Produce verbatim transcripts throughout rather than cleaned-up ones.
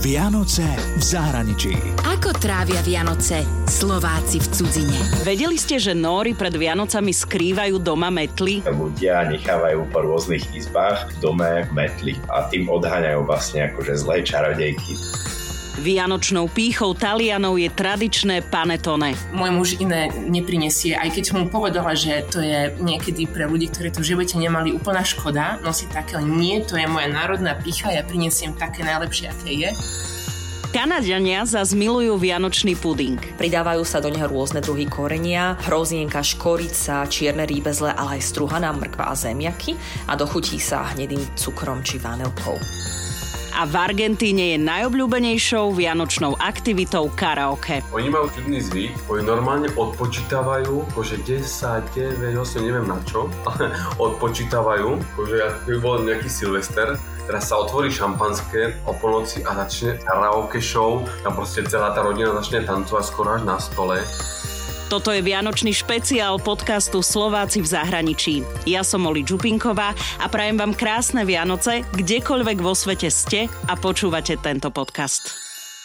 Vianoce v zahraničí. Ako trávia Vianoce Slováci v cudzine? Vedeli ste, že Nóri pred Vianocami skrývajú doma metly? Ľudia nechávajú po rôznych izbách v dome metly a tým odháňajú vlastne akože zlé čarodejky. Vianočnou pýchou Talianov je tradičné panettone. Môj muž iné neprinesie, aj keď som mu povedala, že to je niekedy pre ľudí, ktorí to v živote nemali, úplná škoda nosiť také. Nie, to je moja národná pýcha, ja prinesiem také najlepšie, aké je. Kanadiania zas milujú vianočný puding. Pridávajú sa do neho rôzne druhy korenia, hrozienka, škorica, čierne rýbezle, ale aj struhaná mrkva a zemiaky a dochutí sa hnedým cukrom či vanilkou. A v Argentíne je najobľúbenejšou vianočnou aktivitou karaoke. Oni majú čudný zvyk, oni normálne odpočítavajú, akože desať, deväť, osem, neviem na čo, ale odpočítavajú, akože ako by bol nejaký Silvester. Teraz sa otvorí šampanské o polnoci a začne karaoke show, tam proste celá tá rodina začne tancovať skoro až na stole. Toto je vianočný špeciál podcastu Slováci v zahraničí. Ja som Oli Čupinková a prajem vám krásne Vianoce, kdekoľvek vo svete ste a počúvate tento podcast.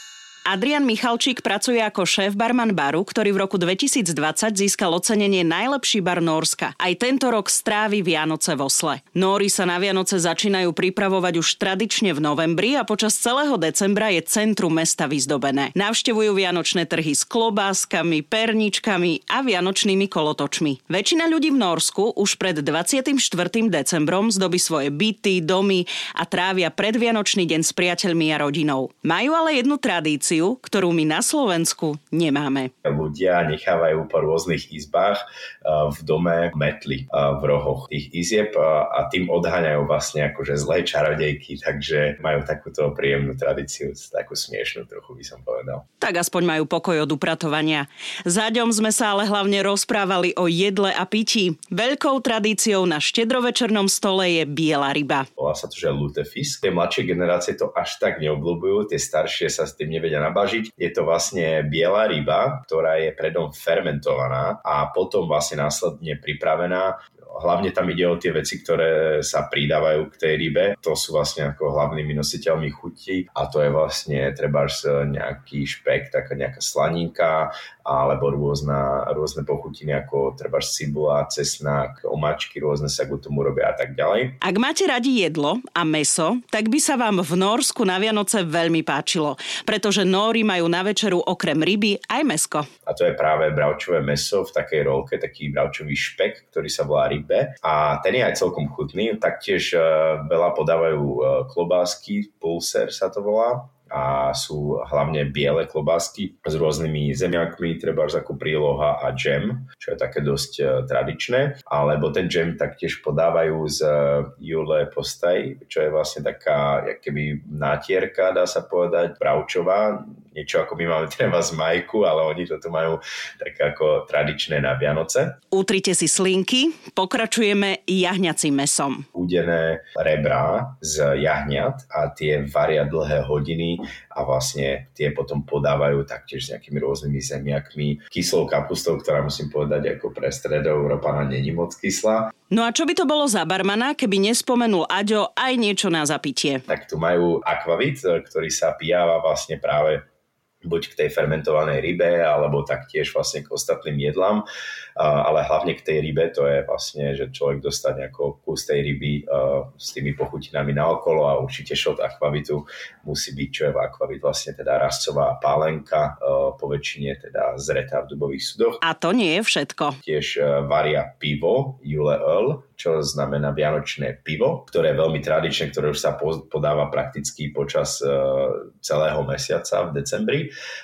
Adrian Michalčík pracuje ako šéf-barman baru, ktorý v roku dvetisícdvadsať získal ocenenie Najlepší bar Nórska. Aj tento rok strávi Vianoce v Osle. Nóri sa na Vianoce začínajú pripravovať už tradične v novembri a počas celého decembra je centrum mesta vyzdobené. Navštevujú vianočné trhy s klobáskami, perničkami a vianočnými kolotočmi. Väčšina ľudí v Nórsku už pred dvadsiatym štvrtým decembrom zdobí svoje byty, domy a trávia predvianočný deň s priateľmi a rodinou. Majú ale jednu tradíciu, ktorú my na Slovensku nemáme. Ľudia nechávajú po rôznych izbách v dome metly v rohoch tých izieb a tým odháňajú vlastne akože zlé čarodejky, takže majú takúto príjemnú tradíciu, takú smiešnú trochu by som povedal. Tak aspoň majú pokoj od upratovania. Za ňom sme sa ale hlavne rozprávali o jedle a pití. Veľkou tradíciou na štedrovečernom stole je biela ryba. Volá sa to, že lutefisk. Tie mladšie generácie to až tak neobľúbujú, tie staršie sa s tým nevedia nabažiť. Je to vlastne biela ryba, ktorá je predom fermentovaná a potom vlastne následne pripravená. Hlavne tam ide o tie veci, ktoré sa pridávajú k tej rybe. To sú vlastne ako hlavnými nositeľmi chutí a to je vlastne trebárs nejaký špek, taká nejaká slaninka alebo rôzna, rôzne pochutiny ako trebárs cibula, cesnak, omáčky, rôzne sa k tomu robia a tak ďalej. Ak máte radi jedlo a mäso, tak by sa vám v Nórsku na Vianoce veľmi páčilo, pretože Nóri majú na večeru okrem ryby aj mäsko. A to je práve bravčové mäso v takej rolke, taký bravčový špek, ktorý sa volá rybe. A ten je aj celkom chutný. Taktiež veľa podávajú klobásky, pulser sa to volá. A sú hlavne biele klobásky s rôznymi zemiakmi, trebárs ako príloha a džem, čo je také dosť tradičné. Alebo ten džem taktiež podávajú z Jule Postaj, čo je vlastne taká keby nátierka, dá sa povedať, bravčová. Niečo ako my máme treba z majku, ale oni to tu majú tak ako tradičné na Vianoce. Utrite si slinky, pokračujeme jahňacím mesom. Udené rebrá z jahňat a tie varia dlhé hodiny a vlastne tie potom podávajú taktiež s nejakými rôznymi zemiakmi. Kyslou kapustou, ktorá musím povedať ako pre stredoeurópana není moc kyslá. No a čo by to bolo za barmana, keby nespomenul Aďo aj niečo na zapitie? Tak tu majú akvavit, ktorý sa pijava vlastne práve buď k tej fermentovanej rybe, alebo taktiež vlastne k ostatným jedlám, ale hlavne k tej rybe, to je vlastne, že človek dostane ako kus tej ryby s tými pochutinami naokolo a určite šot akvavitu musí byť, čo je v akvavit vlastne teda rastcová pálenka, po väčšine teda zretá v dubových sudoch. A to nie je všetko. Tiež varia pivo, Jule Öl, čo znamená vianočné pivo, ktoré je veľmi tradičné, ktoré už sa podáva prakticky počas celého mesiaca v decembri.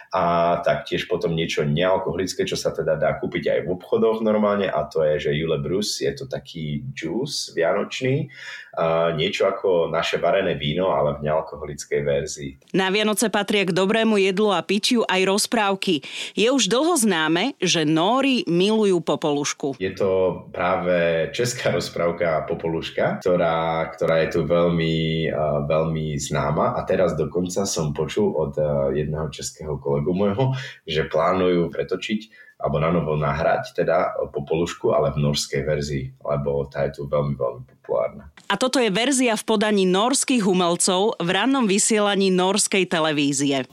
A taktiež potom niečo nealkoholické, čo sa teda dá kúpiť aj v obchodoch normálne, a to je, že Jule Brus, je to taký džús vianočný, a niečo ako naše varené víno, ale v nealkoholickej verzii. Na Vianoce patria k dobrému jedlu a pitiu aj rozprávky. Je už dlho známe, že Nóri milujú popolušku. Je to práve česká rozprávka Popoluška, ktorá, ktorá je tu veľmi, uh, veľmi známa a teraz dokonca som počul od uh, jedného českého kolegu môjho, že plánujú pretočiť alebo na novo nahrať teda Popolušku, ale v norskej verzii, lebo tá je tu veľmi, veľmi populárna. A toto je verzia v podaní norských umelcov v rannom vysielaní norskej televízie.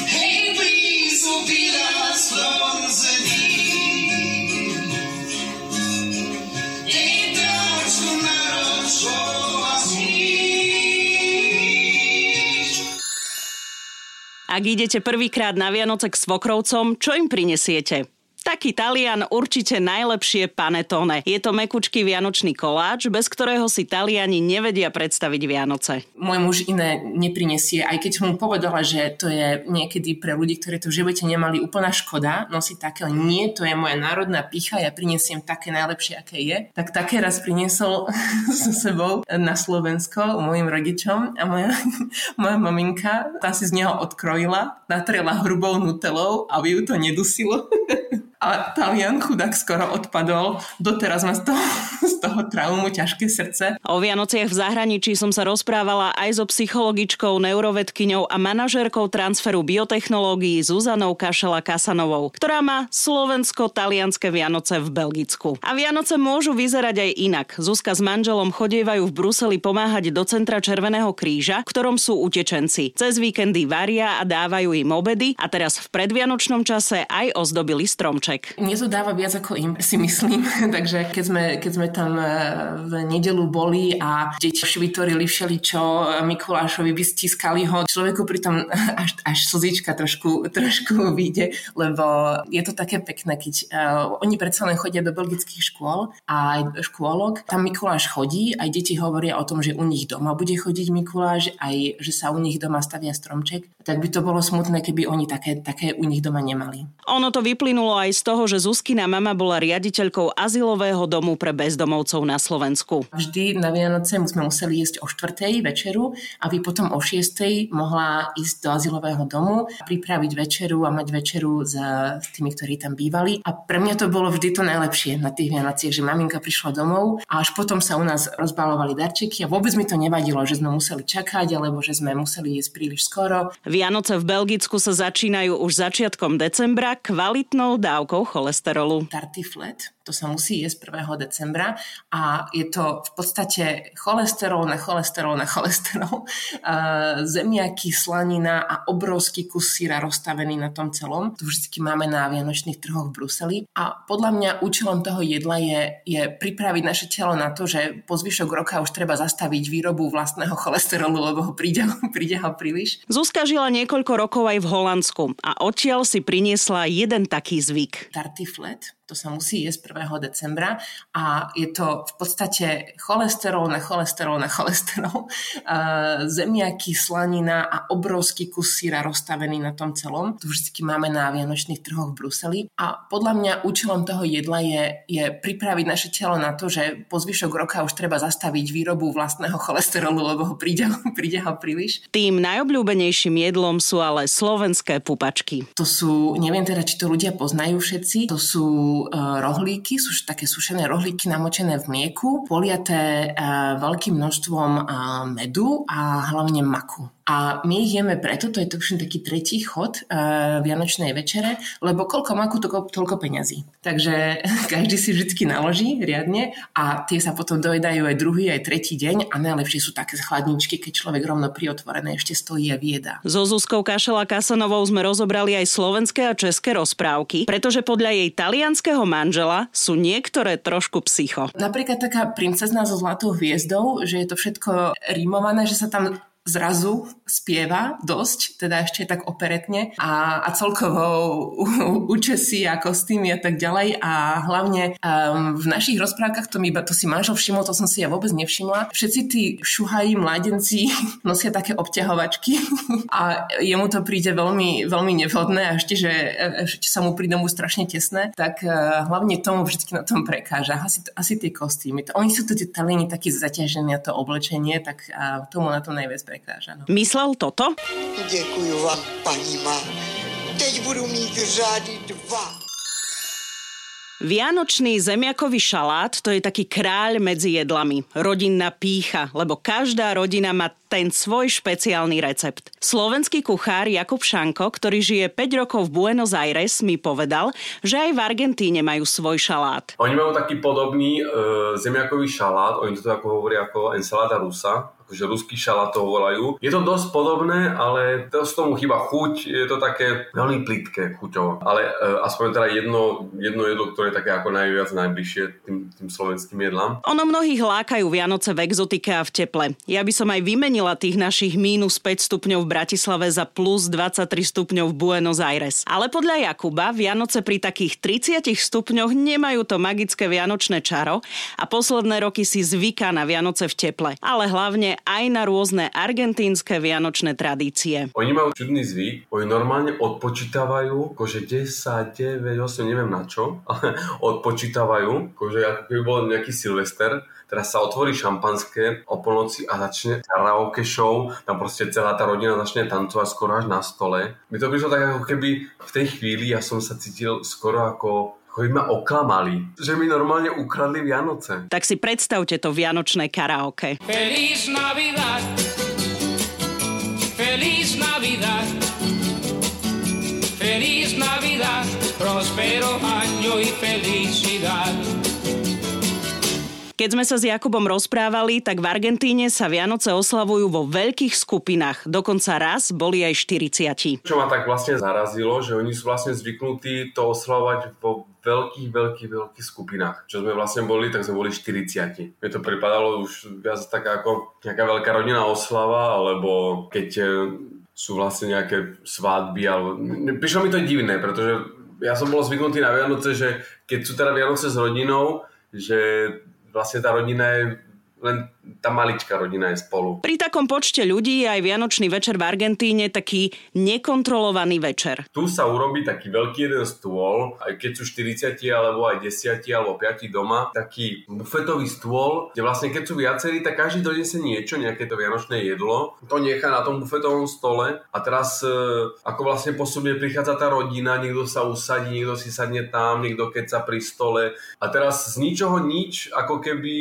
Ak idete prvýkrát na Vianoce k svokrovcom, čo im prinesiete? Taký Talian určite najlepšie panettone. Je to mekučký vianočný koláč, bez ktorého si Taliani nevedia predstaviť Vianoce. Môj muž iné neprinesie, aj keď som mu povedala, že to je niekedy pre ľudí, ktorí to v živote nemali, úplná škoda nosiť také, nie, to je moja národná pýcha, ja prinesiem také najlepšie, aké je. Tak také raz priniesol so sebou na Slovensko mojim rodičom a moja, moja maminka, tá si z neho odkrojila, natrela hrubou nutelou, aby ju to nedusilo. A Talian chudák skoro odpadol. Doteraz má z toho, z toho traumu ťažké srdce. O Vianociach v zahraničí som sa rozprávala aj so psychologičkou, neurovedkyňou a manažérkou transferu biotechnológií Zuzanou Kašela-Kasanovou, ktorá má slovensko-talianske Vianoce v Belgicku. A Vianoce môžu vyzerať aj inak. Zuzka s manželom chodievajú v Bruseli pomáhať do centra Červeného kríža, v ktorom sú utečenci. Cez víkendy varia a dávajú im obedy a teraz v predvianočnom čase aj ozdobili stromček. Mne to dáva viac ako im, si myslím. Takže keď sme, keď sme tam v nedeľu boli a deti vytvorili všeličo, Mikulášovi vystiskali ho, človeku pritom až, až slzička trošku, trošku vyjde, lebo je to také pekné, keď uh, oni predsa len chodia do belgických škôl a aj škôlok. Tam Mikuláš chodí, aj deti hovoria o tom, že u nich doma bude chodiť Mikuláš, aj že sa u nich doma stavia stromček. Tak by to bolo smutné, keby oni také, také u nich doma nemali. Ono to vyplynulo aj z toho, že Zuzkina mama bola riaditeľkou azylového domu pre bezdomovcov na Slovensku. Vždy na Vianoce sme museli jesť o štvrtej večeru, aby potom o šiestej mohla ísť do azylového domu, pripraviť večeru a mať večeru s, s tými, ktorí tam bývali. A pre mňa to bolo vždy to najlepšie na tých Vianociach, že maminka prišla domov a až potom sa u nás rozbalovali darčeky a vôbec mi to nevadilo, že sme museli čakať alebo že sme museli jesť príliš skoro. Vianoce v Belgicku sa začínajú už začiatkom decembra kvalitnou dávkou cholesterolu. Tartiflet, to sa musí jesť prvého decembra a je to v podstate cholesterol na cholesterol na cholesterol, zemiaky, slanina a obrovský kus syra rozstavený na tom celom. To vždy máme na vianočných trhoch v Bruseli a podľa mňa účelom toho jedla je, je pripraviť naše telo na to, že po zvyšok roka už treba zastaviť výrobu vlastného cholesterolu, lebo ho príde, príde ho príliš. Zuzka žila niekoľko rokov aj v Holandsku a odtiaľ si priniesla jeden taký zvyk. Tartiflet, to sa musí jesť prvého decembra a je to v podstate cholesterol na cholesterol na cholesterol, zemiaky, slanina a obrovský kus syra rozstavený na tom celom. To vždy máme na vianočných trhoch v Bruseli a podľa mňa účelom toho jedla je, je pripraviť naše telo na to, že po zvyšok roka už treba zastaviť výrobu vlastného cholesterolu, lebo ho príde, príde ho príliš. Tým najobľúbenejším jedlom sú ale slovenské pupačky. To sú, neviem teda, či to ľudia poznajú všetci, to sú rohlíky, sú také sušené rohlíky namočené v mlieku, poliaté veľkým množstvom medu a hlavne maku. A my ich jeme preto, to je tuším taký tretí chod uh, vianočnej večere, lebo koľko maku, toľko, toľko peňazí. Takže každý si vždycky naloží riadne a tie sa potom dojedajú aj druhý, aj tretí deň a najlepšie sú také chladničky, keď človek rovno pri otvorené ešte stojí a vieda. So Zuzkou Kašela-Kasanovou sme rozobrali aj slovenské a české rozprávky, pretože podľa jej talianskeho manžela sú niektoré trošku psycho. Napríklad taká princezná so zlatou hviezdou, že je to všetko rímované, že sa tam zrazu spieva dosť, teda ešte tak operetne a, a celkovo účesy a kostýmy a tak ďalej a hlavne um, v našich rozprávkach to mi iba, to si manžel všimol, to som si ja vôbec nevšimla. Všetci tí šuhají mládenci nosia také obťahovačky a jemu to príde veľmi, veľmi nevhodné a ešte, že ešte sa mu príde mu strašne tesné, tak uh, hlavne tomu vždy na tom prekáža. Asi, asi tie kostýmy. To, oni sú to tie Taliani takí zaťažení na to oblečenie, tak uh, tomu na to najviac prekáža. No. Myslel toto? Děkuju vám, paní má. Teď budu mít řády dva. Vianočný zemiakový šalát to je taký kráľ medzi jedlami. Rodinná pýcha, lebo každá rodina má ten svoj špeciálny recept. Slovenský kuchár Jakub Šanko, ktorý žije päť rokov v Buenos Aires, mi povedal, že aj v Argentíne majú svoj šalát. Oni majú taký podobný e, zemiakový šalát, oni to ako hovoria ako ensalada rusa, akože ruský šalát to volajú. Je to dosť podobné, ale to z tomu chýba chuť, je to také veľmi plitké chuťovo. Ale e, aspoň teda jedno, jedno jedlo, ktoré je také ako najviac najbližšie tým, tým slovenským jedlám. Ono mnohých lákajú Vianoce v exotike a v teple. Ja by som aj vymenila tých našich mínus päť stupňov v Bratislave za plus dvadsaťtri stupňov v Buenos Aires. Ale podľa Jakuba Vianoce pri takých tridsiatich stupňoch nemajú to magické vianočné čaro a posledné roky si zvyká na Vianoce v teple. Ale hlavne aj na rôzne argentínske vianočné tradície. Oni majú čudný zvyk, oni normálne odpočítavajú, akože desať, deväť, osem, neviem na čo, ale odpočítavajú, akože ako keby bol nejaký Silvester. Teraz sa otvorí šampanské o polnoci a začne karaoke show, tam proste celá tá rodina začne tancovať skoro až na stole. Mi to prišlo tak, ako keby v tej chvíli ja som sa cítil skoro ako Choď ma oklamali, že mi normálne ukradli Vianoce. Tak si predstavte to vianočné karaoke. Feliz Navidad, Feliz Navidad, Feliz Navidad, prospero año y felicidad. Keď sme sa s Jakubom rozprávali, tak v Argentíne sa Vianoce oslavujú vo veľkých skupinách. Dokonca raz boli aj štyridsať. Čo ma tak vlastne zarazilo, že oni sú vlastne zvyknutí to oslavovať vo veľkých, veľkých, veľkých skupinách. Čo sme vlastne boli, tak sme boli štyridsať. Mne to pripadalo už viac taká ako nejaká veľká rodinná oslava, alebo keď sú vlastne nejaké svadby. Alebo... Prišlo mi to divné, pretože ja som bol zvyknutý na Vianoce, že keď sú teda Vianoce s rodinou, že vlastne tá rodina je, len tá maličká rodina je spolu. Pri takom počte ľudí je aj Vianočný večer v Argentíne taký nekontrolovaný večer. Tu sa urobí taký veľký jeden stôl, aj keď sú štyridsať alebo aj desať alebo päť doma, taký bufetový stôl, kde vlastne keď sú viacerí, tak každý donesie niečo, nejaké to vianočné jedlo. To nechá na tom bufetovom stole a teraz ako vlastne postupne prichádza tá rodina, niekto sa usadí, niekto si sadne tam, niekto keca pri stole a teraz z ničoho nič, ako keby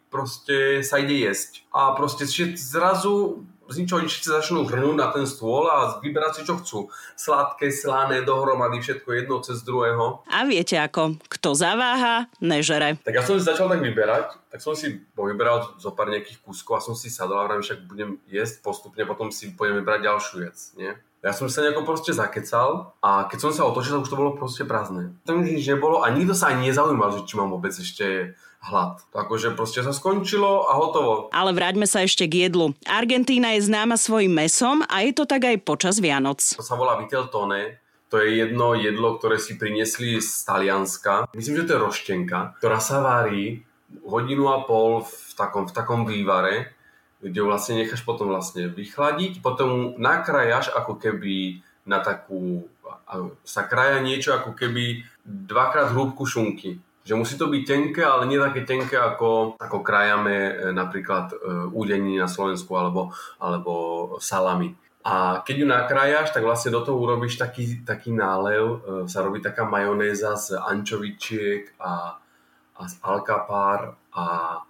proste sa ide jesť. A proste zrazu z ničoho nič sa začnú hrnúť na ten stôl a vyberať si, čo chcú. Sladké, slané, dohromady, všetko jedno cez druhého. A viete ako, kto zaváha, nežere. Tak ja som si začal tak vyberať, tak som si povyberal zo pár nejakých kúskov a som si sadol a vrám, však budem jesť postupne, potom si budem vybrať ďalšiu vec, nie? Ja som sa nejako proste zakecal a keď som sa otočil, tak už to bolo proste prázdne. Tam nič nebolo a nikto sa ani nezaujímal, že či mám vôbec ešte hlad. Takže proste sa skončilo a hotovo. Ale vráťme sa ešte k jedlu. Argentína je známa svojím mesom a je to tak aj počas Vianoc. To sa volá viteltone. To je jedno jedlo, ktoré si priniesli z Talianska. Myslím, že to je roštenka, ktorá sa varí hodinu a pol v takom, v takom vývare, kde ju vlastne necháš potom vlastne vychladiť, potom ju nakrájaš ako keby na takú, sa kraja niečo ako keby dvakrát hrúbku šunky. Že musí to byť tenké, ale nie také tenké, ako, ako krajame napríklad údeniny na Slovensku alebo, alebo salami. A keď ju nakrájaš, tak vlastne do toho urobíš taký, taký nálev, sa robí taká majonéza z ančovičiek a, a z alcapár a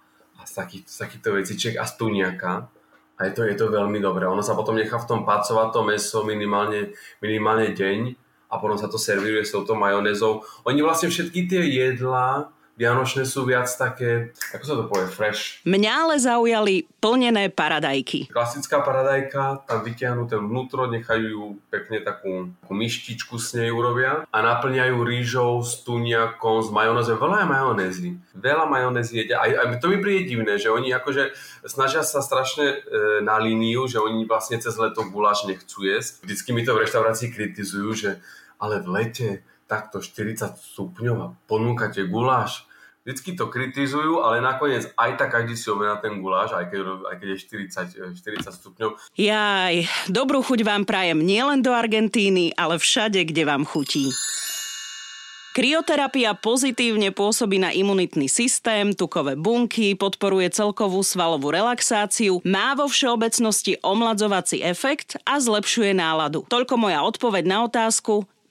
z takých, z takýchto vecičiek a z tuniaka. A je to, je to veľmi dobré. Ono sa potom nechá v tom pacovať to mäso minimálne, minimálne deň a potom sa to servíruje s touto majonézou. Oni vlastne všetky tie jedlá vianočné sú viac také, ako sa to povie, fresh. Mňa ale zaujali plnené paradajky. Klasická paradajka, tam vytiahnu ten vnútro, nechajú ju pekne takú, takú myštičku s nej urobia a naplňajú rýžou s tuniakom, s majonézou. Veľa je majonézy. Veľa majonézy jedia. Aj, aj to mi príde divné, že oni akože snažia sa strašne e, na líniu, že oni vlastne cez leto guláš nechcú jesť. Vždycky mi to v reštaurácii kritizujú, že ale v lete takto štyridsať stupňov a ponúkate guláš. Vždycky to kritizujú, ale nakoniec aj tak každý si objedná ten guláš, aj keď, aj keď je štyridsať, štyridsať stupňov. Jaj, dobrú chuť vám prajem nielen do Argentíny, ale všade, kde vám chutí. Kryoterapia pozitívne pôsobí na imunitný systém, tukové bunky, podporuje celkovú svalovú relaxáciu, má vo všeobecnosti omladzovací efekt a zlepšuje náladu. Toľko moja odpoveď na otázku,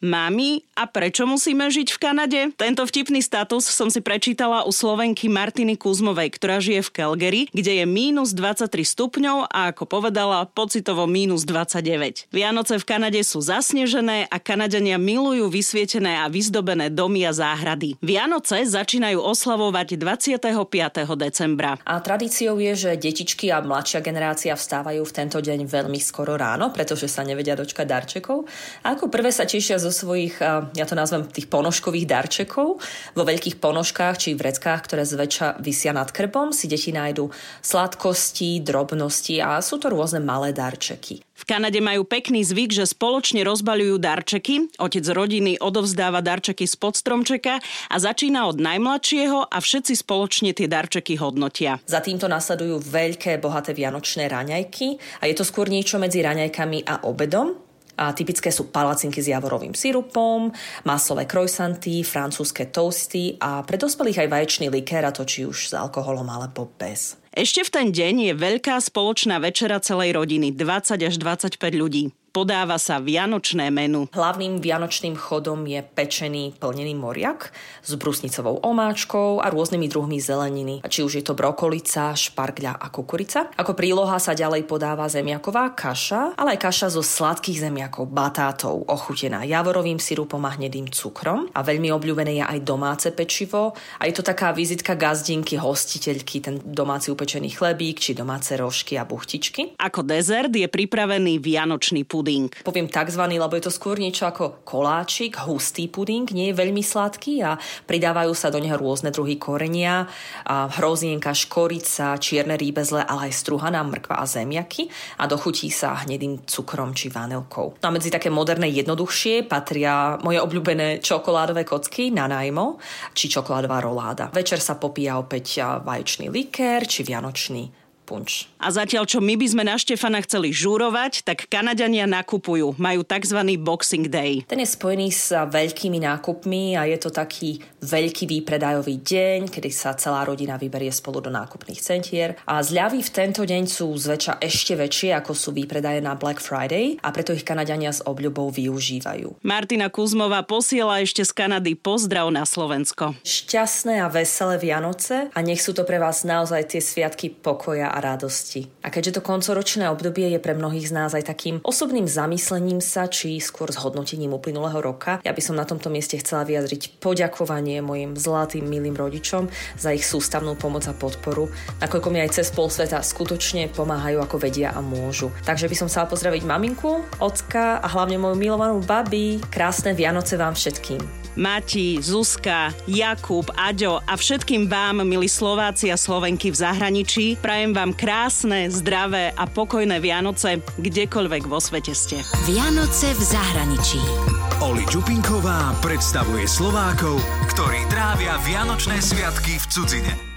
Mami, a prečo musíme žiť v Kanade? Tento vtipný status som si prečítala u Slovenky Martiny Kuzmovej, ktorá žije v Calgary, kde je mínus dvadsaťtri stupňov a ako povedala, pocitovo mínus dvadsaťdeväť. Vianoce v Kanade sú zasnežené a Kanadania milujú vysvietené a vyzdobené domy a záhrady. Vianoce začínajú oslavovať dvadsiateho piateho decembra. A tradíciou je, že detičky a mladšia generácia vstávajú v tento deň veľmi skoro ráno, pretože sa nevedia dočkať darčekov. A ako prvé sa tešia zo svojich, ja to nazvem tých ponožkových darčekov. Vo veľkých ponožkách či vreckách, ktoré zväčša visia nad krbom, si deti nájdu sladkosti, drobnosti a sú to rôzne malé darčeky. V Kanade majú pekný zvyk, že spoločne rozbaľujú darčeky. Otec rodiny odovzdáva darčeky spod stromčeka a začína od najmladšieho a všetci spoločne tie darčeky hodnotia. Za týmto nasledujú veľké, bohaté vianočné raňajky a je to skôr niečo medzi raňajkami a obedom. A typické sú palacinky s javorovým sirupom, maslové croissanty, francúzske toasty a pre dospelých aj vaječný likér, a to či už s alkoholom alebo bez. Ešte v ten deň je veľká spoločná večera celej rodiny, dvadsať až dvadsaťpäť ľudí. Podáva sa vianočné menu. Hlavným vianočným chodom je pečený plnený moriak s brusnicovou omáčkou a rôznymi druhmi zeleniny. Či už je to brokolica, špargľa a kukurica. Ako príloha sa ďalej podáva zemiaková kaša, ale aj kaša zo sladkých zemiakov, batátov, ochutená javorovým sirupom a hnedým cukrom. A veľmi obľúbené je aj domáce pečivo. A je to taká vizitka gazdinky, hostiteľky, ten domáci upečený chlebík či domáce rožky a buchtičky. Ako dezert je pripravený vianočný puding. Poviem takzvaný, lebo je to skôr niečo ako koláčik, hustý puding, nie je veľmi sladký a pridávajú sa do neho rôzne druhy korenia, a hrozienka, škorica, čierne rýbezle, ale aj struhaná mrkva a zemiaky a dochutí sa hnedým cukrom či vanilkou. No a medzi také moderné jednoduchšie patria moje obľúbené čokoládové kocky na najmo či čokoládová roláda. Večer sa popíja opäť vaječný likér či vianočný punč. A zatiaľ, čo my by sme na Štefana chceli žúrovať, tak Kanadania nakupujú. Majú tzv. Boxing Day. Ten je spojený s veľkými nákupmi a je to taký veľký výpredajový deň, kedy sa celá rodina vyberie spolu do nákupných centier. A zľavy v tento deň sú zväčša ešte väčšie, ako sú výpredaje na Black Friday, a preto ich Kanadania s obľubou využívajú. Martina Kuzmová posiela ešte z Kanady pozdrav na Slovensko. Šťastné a veselé Vianoce a nech sú to pre vás naozaj tie sviatky pokoja a radosti. A keďže to koncoročné obdobie je pre mnohých z nás aj takým osobným zamyslením sa, či skôr zhodnotením uplynulého roka, ja by som na tomto mieste chcela vyjadriť poďakovanie mojim zlatým milým rodičom za ich sústavnú pomoc a podporu, nakoľko mi aj cez pol sveta skutočne pomáhajú ako vedia a môžu. Takže by som chcela pozdraviť maminku, ocka a hlavne moju milovanú babi. Krásne Vianoce vám všetkým. Mati, Zuzka, Jakub, Aďo a všetkým vám, milí Slováci a Slovenky v zahraničí, prajem vám krásne, zdravé a pokojné Vianoce, kdekoľvek vo svete ste. Vianoce v zahraničí. Oli Čupinková predstavuje Slovákov, ktorí trávia vianočné sviatky v cudzine.